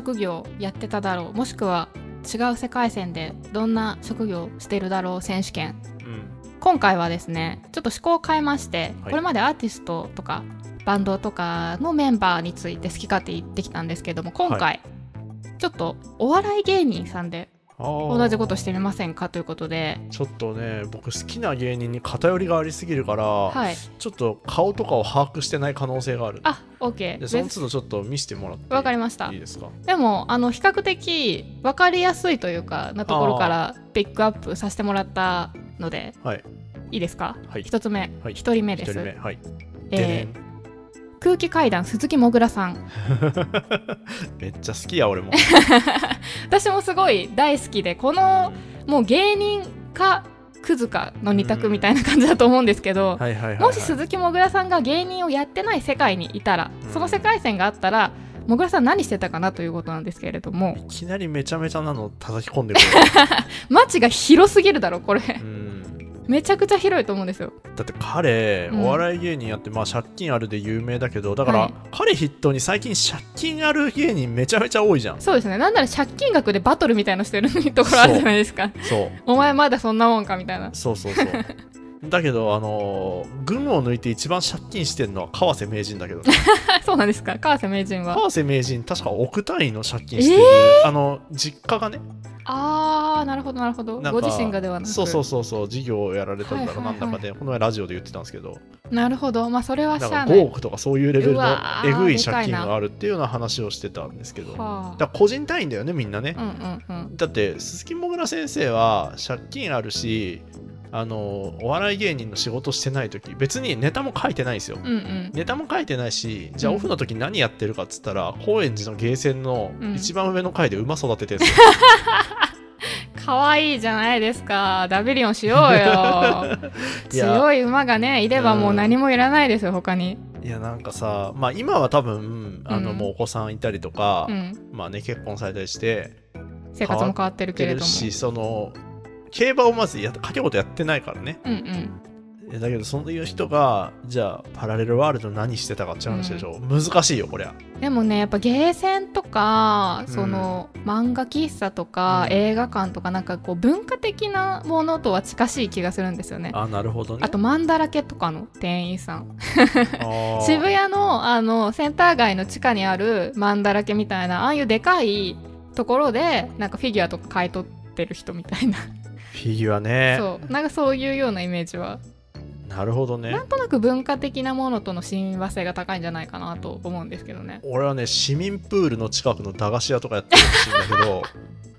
職業やってただろう、もしくは違う世界線でどんな職業してるだろう選手権、今回はですねちょっと趣向を変えまして、これまでアーティストとかバンドとかのメンバーについて好き勝手言ってきたんですけども、今回、ちょっとお笑い芸人さんで同じことしてみませんかということで。 ちょっとね僕好きな芸人に偏りがありすぎるから、ちょっと顔とかを把握してない可能性がある。 OK でその都度ちょっと見せてもらってわかりました。 いいですか？ でも比較的分かりやすいというかなところからピックアップさせてもらったので、いいですか？1つ目、1人目です。空気階段鈴木もぐらさんめっちゃ好きや俺も私もすごい大好きで、このもう芸人かクズかの二択みたいな感じだと思うんですけど、もし鈴木もぐらさんが芸人をやってない世界にいたら、その世界線があったらもぐらさん何してたかなということなんですけれども、 いきなりめちゃめちゃなの叩き込んでくる街が広すぎるだろこれめちゃくちゃ広いと思うんですよ。 だって彼、お笑い芸人やって、借金あるで有名だけど、だから、彼筆頭に最近借金ある芸人めちゃめちゃ多いじゃん。 そうですね。なんなら借金額でバトルみたいなしてるところあるじゃないですか。お前まだそんなもんかみたいな。 そうだけど群を抜いて一番借金してるのは川瀬名人だけどそうなんですか？川瀬名人は確か億単位の借金してる、実家がね。 なるほど。ご自身がではなく、 そう事業をやられたんだかなんだかで、この前ラジオで言ってたんですけど。 なるほど。それはしゃあない。5億とかそういうレベルのえぐい借金があるっていうような話をしてたんですけど、だから個人単位だよねみんなね。だって鈴木もぐら先生は借金あるし、お笑い芸人の仕事してない時別にネタも書いてないんですよ、ネタも書いてないし、じゃあオフの時何やってるかっつったら、高円寺のゲーセンの一番上の階で馬育ててるんですよかわいいじゃないですか。ダビリオンしようよ強い馬がねいればもう何もいらないですよ他に。 いやなんかさ、今は多分もうお子さんいたりとか、結婚されたりして生活も変わってるけれどもし、競馬をまず掛け事やってないからね。だけどそういう人がじゃあパラレルワールド何してたかって話でしょ、難しいよこりゃ。 でもねやっぱゲーセンとか漫画喫茶とか、映画館とかなんかこう文化的なものとは近しい気がするんですよね。 なるほどね。 あとマンダラケとかの店員さん渋谷のセンター街の地下にあるマンダラケみたいなああいうでかいところでなんかフィギュアとか買い取ってる人みたいなフィギュアね。 なんかそういうようなイメージは。 なるほどね。 なんとなく文化的なものとの親和性が高いんじゃないかなと思うんですけどね。 俺はね市民プールの近くの駄菓子屋とかやってるらしいんだけど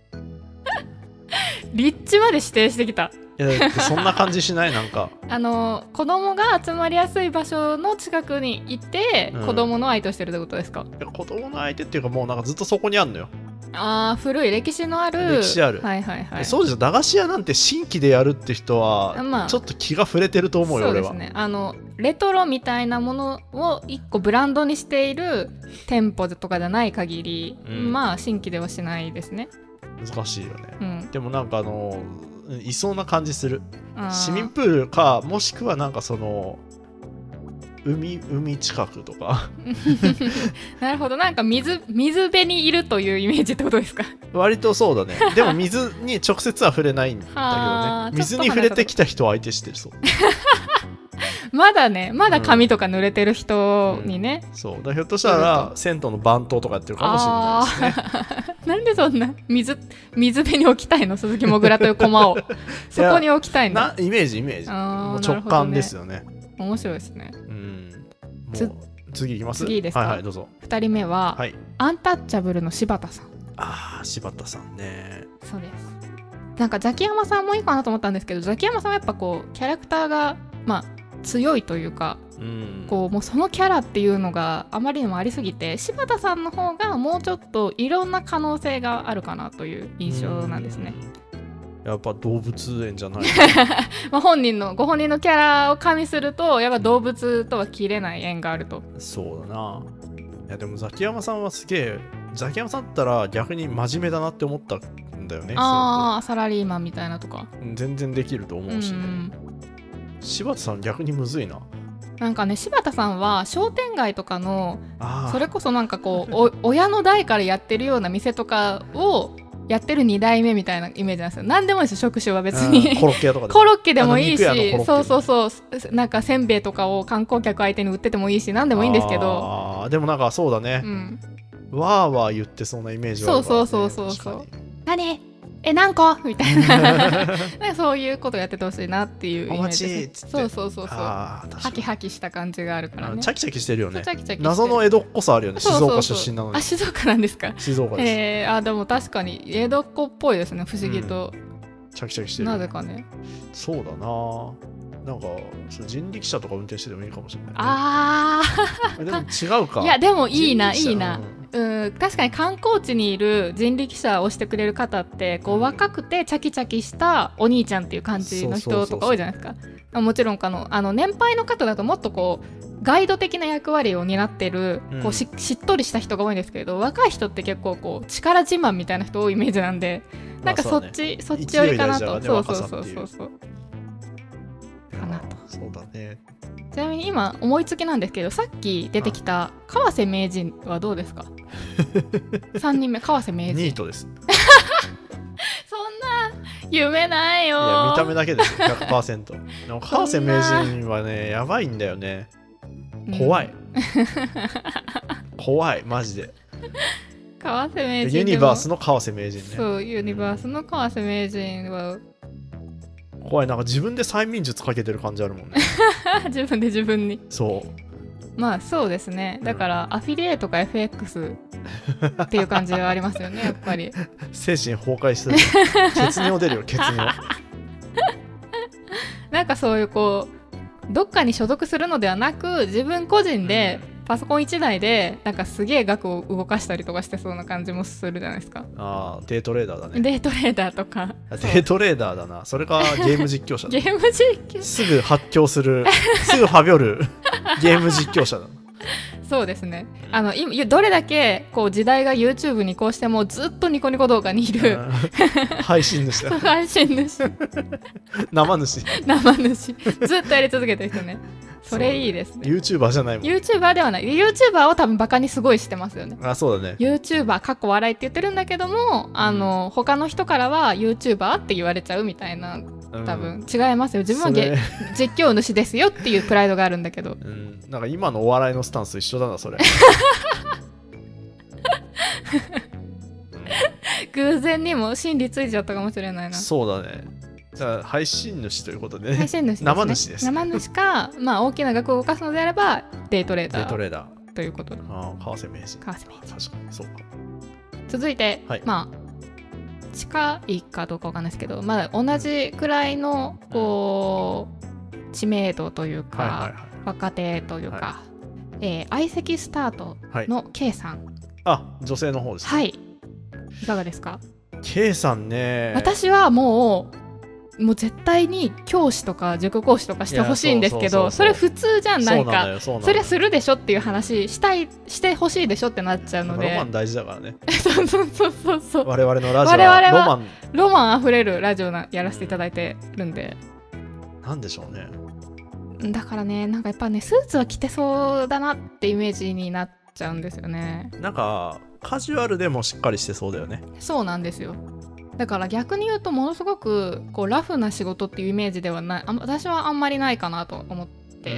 立地まで指定してきた。 いやそんな感じしない？なんか子供が集まりやすい場所の近くにいて、子供の相手をしてるってことですか？ 子供の相手っていうかもうなんかずっとそこにあんのよ。 古い歴史のある。 歴史ある。そうですよ。駄菓子屋なんて新規でやるって人はちょっと気が触れてると思うよ、俺は。 そうですね。レトロみたいなものを一個ブランドにしている店舗とかじゃない限り、新規ではしないですね。 難しいよね。でもなんかいそうな感じする。市民プールか、もしくはなんか海近くとかなるほど。なんか水辺にいるというイメージってことですか？ 割とそうだね。でも水に直接は触れないんだけどね水に触れてきた人を相手してる。そうまだ髪とか濡れてる人にね、 そうだ。ひょっとしたら銭湯の番頭とかやってるかもしれないですねなんでそんな水辺に置きたいの？鈴木もぐらという駒をそこに置きたいの？ イメージもう直感ですよね。 面白いですね。 次いきます？ 次いいですか？ どうぞ。 2人目は、アンタッチャブルの柴田さん。 柴田さんね。 そうです。なんかザキヤマさんもいいかなと思ったんですけど、ザキヤマさんはやっぱこうキャラクターが強いというか、もうそのキャラっていうのがあまりにもありすぎて、柴田さんの方がもうちょっといろんな可能性があるかなという印象なんですね。 やっぱ動物園じゃないご本人のキャラを加味するとやっぱ動物とは切れない縁があると。 そうだな。いやでもザキヤマさんはすげえ、ザキヤマさんだったら逆に真面目だなって思ったんだよね。 サラリーマンみたいなとか全然できると思うしね。柴田さん逆にむずいな。 なんかね、柴田さんは商店街とかのそれこそなんかこう親の代からやってるような店とかをやってる2代目みたいなイメージなんですよ。何でもいいですよ、職種は別に。 コロッケ屋とかでもコロッケでもいいし、そうそうそう、なんかせんべいとかを観光客相手に売っててもいいし、何でもいいんですけど。 でもなんかそうだね、わーわー言ってそうなイメージはあるから、ね、 そう何何個みたいななんかそういうことやっててほしいなっていうイメージです。そうハキハキした感じがあるからね。 チャキチャキしてるよね。謎の江戸っ子さあるよね。静岡出身なのに。 あ、静岡なんですか。 静岡です。 でも確かに江戸っ子っぽいですね、不思議と。 チャキチャキしてる。 なぜかね。 そうだな。なんか人力車とか運転しててもいいかもしれない、ね。でも違うか。 いやでもいいな。確かに観光地にいる人力車をしてくれる方ってこう若くてチャキチャキしたお兄ちゃんっていう感じの人とか多いじゃないですか。もちろん年配の方だともっとこうガイド的な役割を担ってるこう しっとりした人が多いんですけど、若い人って結構こう力自慢みたいな人多いイメージなんで、なんかそっち寄りかなと。そうかなと。 そうだね。 ちなみに今思いつきなんですけど、さっき出てきた川瀬名人はどうですか？3人目川瀬名人。 ニートです。 そんな夢ないよ。 いや見た目だけですよ 100%。 でも川瀬名人はねやばいんだよね。怖い、怖いマジで。 川瀬名人ユニバースの川瀬名人ね。 そうユニバースの川瀬名人は怖い。なんか自分で催眠術かけてる感じあるもんね。 自分に。 そうまあそうですね。だからアフィリエイトか FX っていう感じはありますよねやっぱり。 精神崩壊してる。血尿出るよ血尿。 なんかそういうこうどっかに所属するのではなく自分個人でパソコン1台でなんかすげえ額を動かしたりとかしてそうな感じもするじゃないですか。 デイトレーダーだね。 デイトレーダーとか。 デイトレーダーだな。それかゲーム実況者だ。 ゲーム実況。 すぐ発狂するすぐファビョるゲーム実況者だ。 そうですね。今どれだけこう時代が YouTube に移行してもずっとニコニコ動画にいる配信主だ。 配信主生主ずっとやり続けてる人ね。それいいですね。 YouTuber じゃないもん。 YouTuber ではない。YouTuber を多分バカにすごいしてますよね。 そうだね。 YouTuber かっこ笑いって言ってるんだけども、他の人からは YouTuber って言われちゃうみたいな。多分違いますよ。自分は実況主ですよっていうプライドがあるんだけど。 なんか今のお笑いのスタンス一緒だなそれ。 偶然にも真理ついちゃったかもしれないな。 そうだね。じゃあ配信主ということでね。 配信主ですね。 生主です。 生主か、まあ大きな額を動かすのであればデイトレーダーということで。 川瀬名人。 川瀬名人。 確かにそうか。 続いて、まあ近いかどうかわかんないですけど、まだ同じくらいのこう知名度というか、若手というか、相席スタートの K さん。 女性の方ですね。 はい。いかがですか？ K さんね。 私はもう絶対に教師とか塾講師とかしてほしいんですけど、それ普通じゃん。なんかそりゃするでしょっていう話してほしいでしょってなっちゃうので。 ロマン大事だからね。 そう我々のラジオはロマンあふれるラジオやらせていただいてるんで。 なんでしょうね。 だからね、なんかやっぱねスーツは着てそうだなってイメージになっちゃうんですよね。 なんかカジュアルでもしっかりしてそうだよね。 そうなんですよ。だから逆に言うとものすごくこうラフな仕事っていうイメージではない。私はあんまりないかなと思って、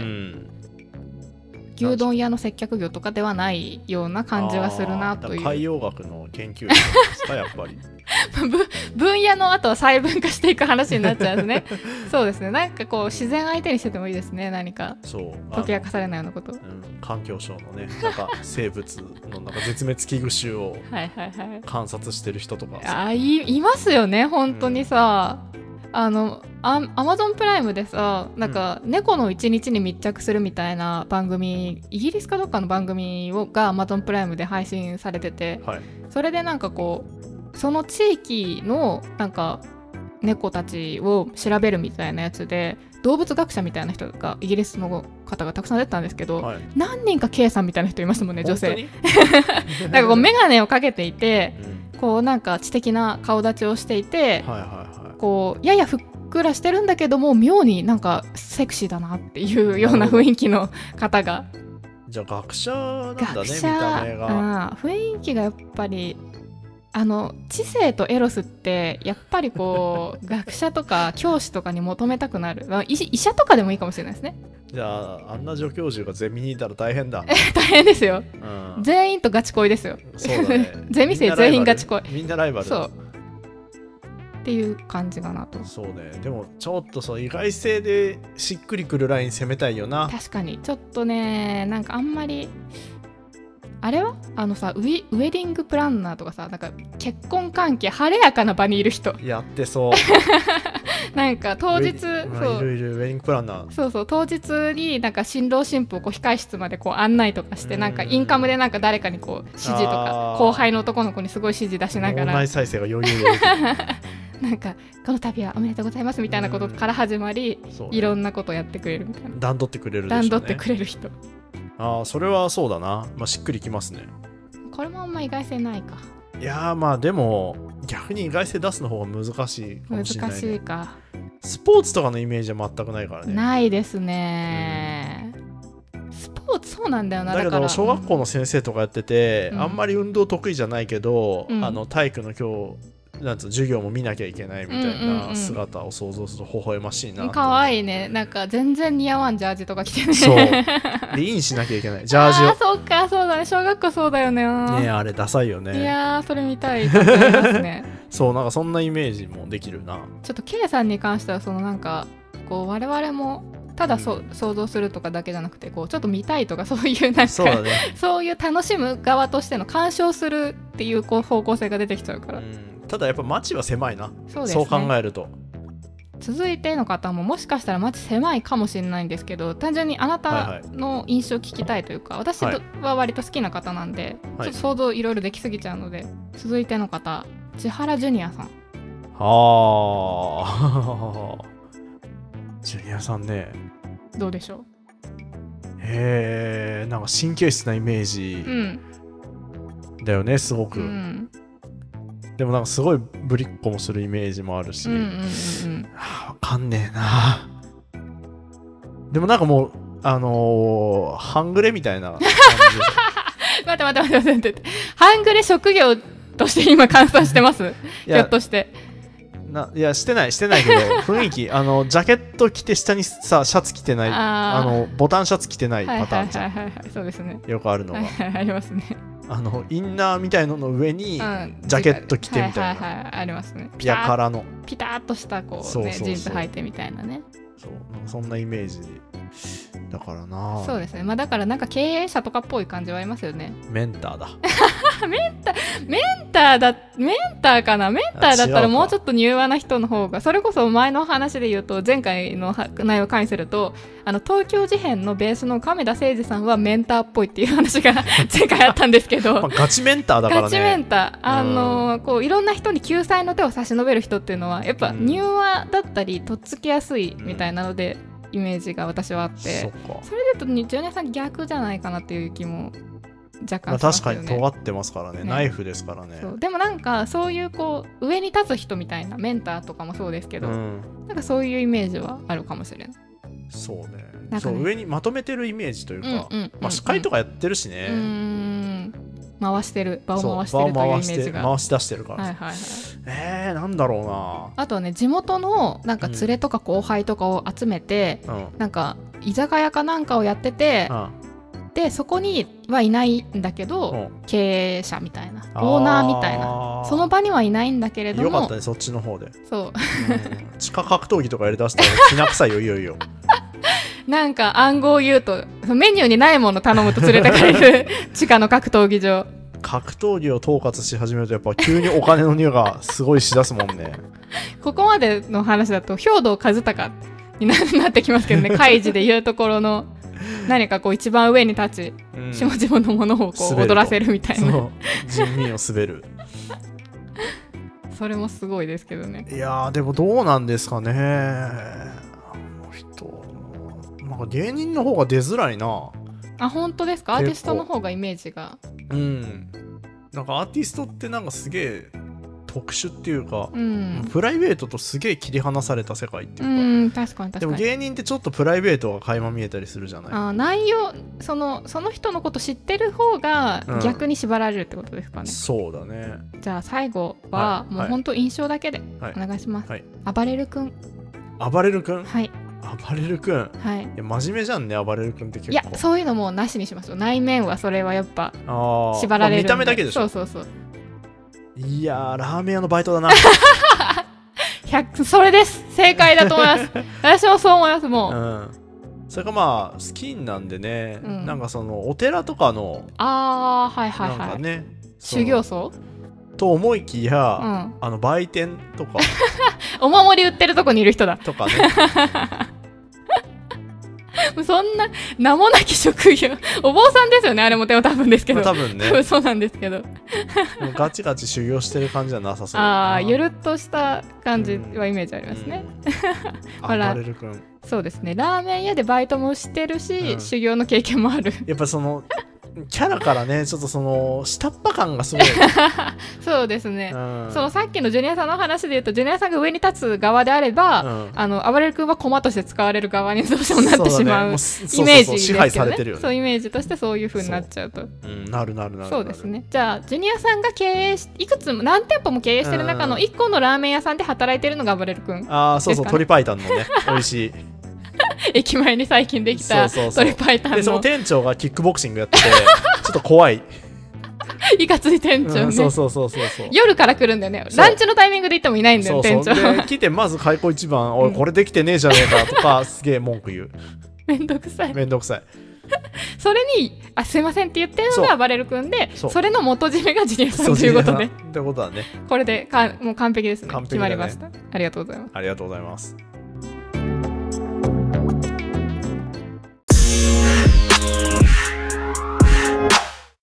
牛丼屋の接客業とかではないような感じがするなという。 海洋学の研究ですかやっぱり。 分野の後は細分化していく話になっちゃうんですね。そうですね。なんかこう自然相手にしててもいいですね。何か解き明かされないようなこと。 環境省のね、なんか生物のなんか絶滅危惧種を観察してる人とか。 いますよね本当にさ。アマゾンプライムでさ、なんか猫の一日に密着するみたいな番組、イギリスかどっかの番組がアマゾンプライムで配信されてて、それでなんかこうその地域のなんか猫たちを調べるみたいなやつで動物学者みたいな人がイギリスの方がたくさん出てたんですけど、何人か K さんみたいな人いましたもんね、女性。なんかこう眼鏡をかけていて、こうなんか知的な顔立ちをしていて、こうややふっくらしてるんだけども妙になんかセクシーだなっていうような雰囲気の方が。 じゃあ学者なんだね、見た目が。 雰囲気がやっぱり知性とエロスってやっぱりこう学者とか教師とかに求めたくなる、医者とかでもいいかもしれないですね。 じゃああんな助教授がゼミにいたら大変だ。 大変ですよ、全員とガチ恋ですよ。 そうだねゼミ生全員ガチ恋、 みんなライバル。 そうっていう感じかなと。 そうね。でもちょっと意外性でしっくりくるライン攻めたいよな。 確かにちょっとね、なんかあんまりあれはさ、ウェディングプランナーとかさ、なんか結婚関係晴れやかな場にいる人やってそうなんか当日いるウェディングプランナー、 そう当日になんか新郎新婦をこう控室までこう案内とかして、なんかインカムでなんか誰かにこう指示とか、後輩の男の子にすごい指示出しながら、 オンライン再生が余裕でなんかこの度はおめでとうございますみたいなことから始まり、いろんなことをやってくれるみたいな、 段取ってくれるでしょうね。 段取ってくれる人。 それはそうだな。しっくりきますね。 これもあんま意外性ないか。 いやでも逆に意外性出すの方が難しいかもしれない、ね、 難しいか。 スポーツとかのイメージは全くないからね。 ないですね、スポーツそうなんだよな。 だけど小学校の先生とかやってて、あんまり運動得意じゃないけど、体育の今日なんつう授業も見なきゃいけないみたいな姿を想像すると微笑ましいな。 可愛いね。なんか全然似合わんジャージとか着てね。 そうでインしなきゃいけないジャージを。 そうか、そうだね。小学校そうだよね。 あれダサいよね。 いやそれ見たいと思いますねそう、なんかそんなイメージもできるな。 ちょっと K さんに関してはなんかこう我々もただ想像するとかだけじゃなくて、こうちょっと見たいとか、そういうなんかそういう楽しむ側としての鑑賞するっていう方向性が出てきちゃうから。 ただやっぱ街は狭いな。そうですね、そう考えると。 続いての方ももしかしたら街狭いかもしれないんですけど、単純にあなたの印象を聞きたいというか、私は割と好きな方なんで、ちょっと想像いろいろできすぎちゃうので、続いての方、千原ジュニアさん。 ジュニアさんね、 どうでしょう。 なんか神経質なイメージだよね、すごく。でもなんかすごいぶりっ子もするイメージもあるし、わかんねえな。でもなんかもう半グレみたいな感じで待って半グレ職業として今換算してますひょっとして。 いやしてないけど雰囲気ジャケット着て下にさシャツ着てない、ボタンシャツ着てないパターンじゃん。 そうですね、 よくあるのが、 ありますね。 インナーみたいのの上にジャケット着てみたいな、 ありますね。 やからのピタッとしたこうね、ジーンズ履いてみたいなね。 そんなイメージだからな。 そうですね。だからなんか経営者とかっぽい感じはありますよね。 メンターだメンターかな。メンターだったらもうちょっと柔和な人の方が、それこそ前の話で言うと、前回の内容を加味すると、東京事変のベースの亀田誠治さんはメンターっぽいっていう話が前回あったんですけどガチメンターだからね。 ガチメンター、こういろんな人に救済の手を差し伸べる人っていうのはやっぱ柔和だったりとっつきやすいみたいなので、イメージが私はあって、それで言うとジュニアさん逆じゃないかなっていう気も若干しますよね。 確かに尖ってますからね、ナイフですからね。 でもなんかそういうこう上に立つ人みたいな、メンターとかもそうですけど、なんかそういうイメージはあるかもしれない。 そうね、そう上にまとめてるイメージというか、司会とかやってるしね、 回してる、場を回してるというイメージが回し出してるから、なんだろうな。 あとはね、地元のなんか連れとか後輩とかを集めて、なんか居酒屋かなんかをやってて、でそこにはいないんだけど、経営者みたいな、オーナーみたいな、その場にはいないんだけれども、 よかったね、そっちの方で。 そう地下格闘技とかやりだしたらきな臭いよ、いよいよなんか暗号を言うとメニューにないもの頼むと連れてかれる地下の格闘技場。 格闘技を統括し始めるとやっぱ急にお金の匂いがすごいしだすもんねここまでの話だと兵藤和隆になってきますけどねカイジでいうところの何かこう一番上に立ち、下々のものをこう踊らせるみたいな、 人民を滑るそれもすごいですけどね。 いやーでもどうなんですかね、人なんか芸人の方が出づらいな。 本当ですか。アーティストの方がイメージが、 なんかアーティストってなんかすげえ特殊っていうか、プライベートとすげえ切り離された世界っていうか、 確かにでも芸人ってちょっとプライベートが垣間見えたりするじゃない。 内容その人のこと知ってる方が逆に縛られるってことですかね。 そうだね。 じゃあ最後はもう本当印象だけでお願いします。暴れる君。 暴れる君。 はい。 暴れる君。 はい。 いや真面目じゃんね、暴れる君って結構。 いや、そういうのもうなしにしましょう。内面はそれはやっぱ縛られるんで。 見た目だけでしょ。 そう。 いやー、ラーメン屋のバイトだな。 それです。正解だと思います。私もそう思います。もう。 それがまあスキンなんでね、なんかそのお寺とかのはいなんかね、 修行僧と思いきや、売店とかお守り売ってるとこにいる人だとかね。 そんな名もなき職業、お坊さんですよね、あれも多分ですけど。 多分ね。 多分そうなんですけど。 ガチガチ修行してる感じじゃなさそうだな。 ゆるっとした感じはイメージありますね。 暴れる君。 そうですね。ラーメン屋でバイトもしてるし、修行の経験もある。 やっぱそのキャラからね、ちょっとその下っ端感がすごい。 そうですね。そのさっきのジュニアさんの話で言うと、ジュニアさんが上に立つ側であれば、暴れる君は駒として使われる側にどうしてもなってしまうイメージですけどね。そう、イメージとしてそういう風になっちゃうと。 なる。 そうですね。じゃあジュニアさんが経営いくつも何店舗も経営してる中の1個のラーメン屋さんで働いてるのが暴れる君。 そう、鶏白湯のね、美味しい。 駅前に最近できた鶏白湯の。 でその店長がキックボクシングやっててちょっと怖い。 いかつい店長ね。 そう。 夜から来るんだよね。ランチのタイミングで行ってもいないんだよ、店長。 で来てまず開口一番、おいこれできてねえじゃねえかとかすげえ文句言う。 めんどくさい。それにすいませんって言ってるのが暴れる君で、それの元締めがジュニアさんということで。 ってことだね。 これでもう完璧ですね。決まりました。ありがとうございます。 ありがとうございます。